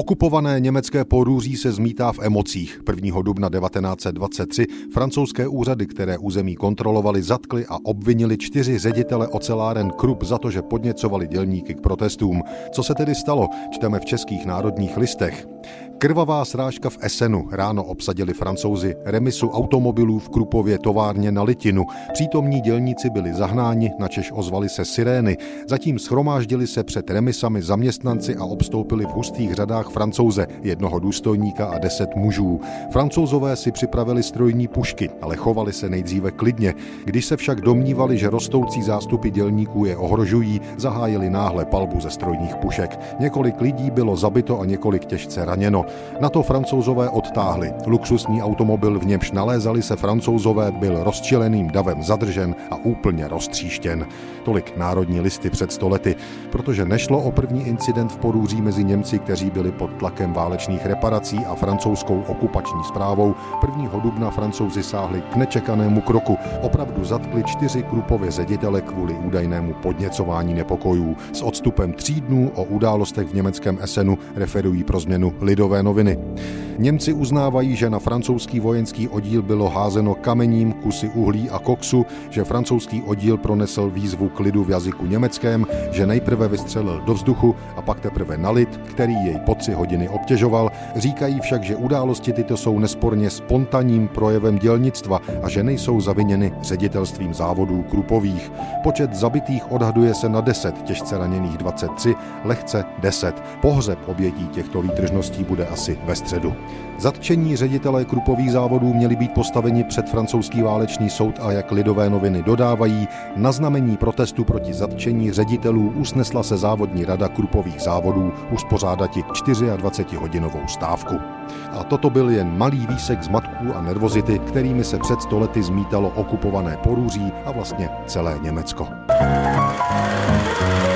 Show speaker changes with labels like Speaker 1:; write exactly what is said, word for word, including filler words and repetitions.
Speaker 1: Okupované německé Porúří se zmítá v emocích. prvního dubna devatenáct set dvacet tři francouzské úřady, které území kontrolovali, zatkly a obvinili čtyři ředitele oceláren Krupp za to, že podněcovali dělníky k protestům. Co se tedy stalo? Čteme v českých národních listech. Krvavá srážka v Essenu. Ráno obsadili Francouzi remisu automobilů v Kruppově továrně na litinu. Přítomní dělníci byli zahnáni, načež ozvaly se sirény. Zatím shromáždili se před remisami zaměstnanci a obstoupili v hustých řadách Francouze, jednoho důstojníka a deset mužů. Francouzové si připravili strojní pušky, ale chovali se nejdříve klidně. Když se však domnívali, že rostoucí zástupy dělníků je ohrožují, zahájili náhle palbu ze strojních pušek. Několik lidí bylo zabito a několik těžce raněno. Na to Francouzové odtáhli. Luxusní automobil, v němž nalézali se Francouzové, byl rozčileným davem zadržen a úplně roztříštěn. Tolik národní listy před sto lety, protože nešlo o první incident v Porúří mezi Němci, kteří byli pod tlakem válečných reparací a francouzskou okupační správou. prvního dubna Francouzi sáhli k nečekanému kroku. Opravdu zatkli čtyři Kruppovy ředitele kvůli údajnému podněcování nepokojů. S odstupem tří dnů o událostech v německém Essenu referují pro změnu Lidové noviny. Němci uznávají, že na francouzský vojenský oddíl bylo házeno kamením, kusy uhlí a koksu, že francouzský oddíl pronesl výzvu k lidu v jazyku německém, že nejprve vystřelil do vzduchu a pak teprve na lid, který jej po tři hodiny obtěžoval. Říkají však, že události tyto jsou nesporně spontanním projevem dělnictva a že nejsou zaviněny ředitelstvím závodů Kruppových. Počet zabitých odhaduje se na deset, těžce raněných dvacet tři, lehce deset. Pohřeb obětí těchto výtržností bude asi ve středu. Zatčení ředitelé Kruppových závodů měli být postaveni před francouzský válečný soud a jak Lidové noviny dodávají, na znamení protestu proti zatčení ředitelů usnesla se závodní rada Kruppových závodů uspořádati dvacetihodinovou stávku. A toto byl jen malý výsek zmatků a nervozity, kterými se před sto lety zmítalo okupované Porúří a vlastně celé Německo.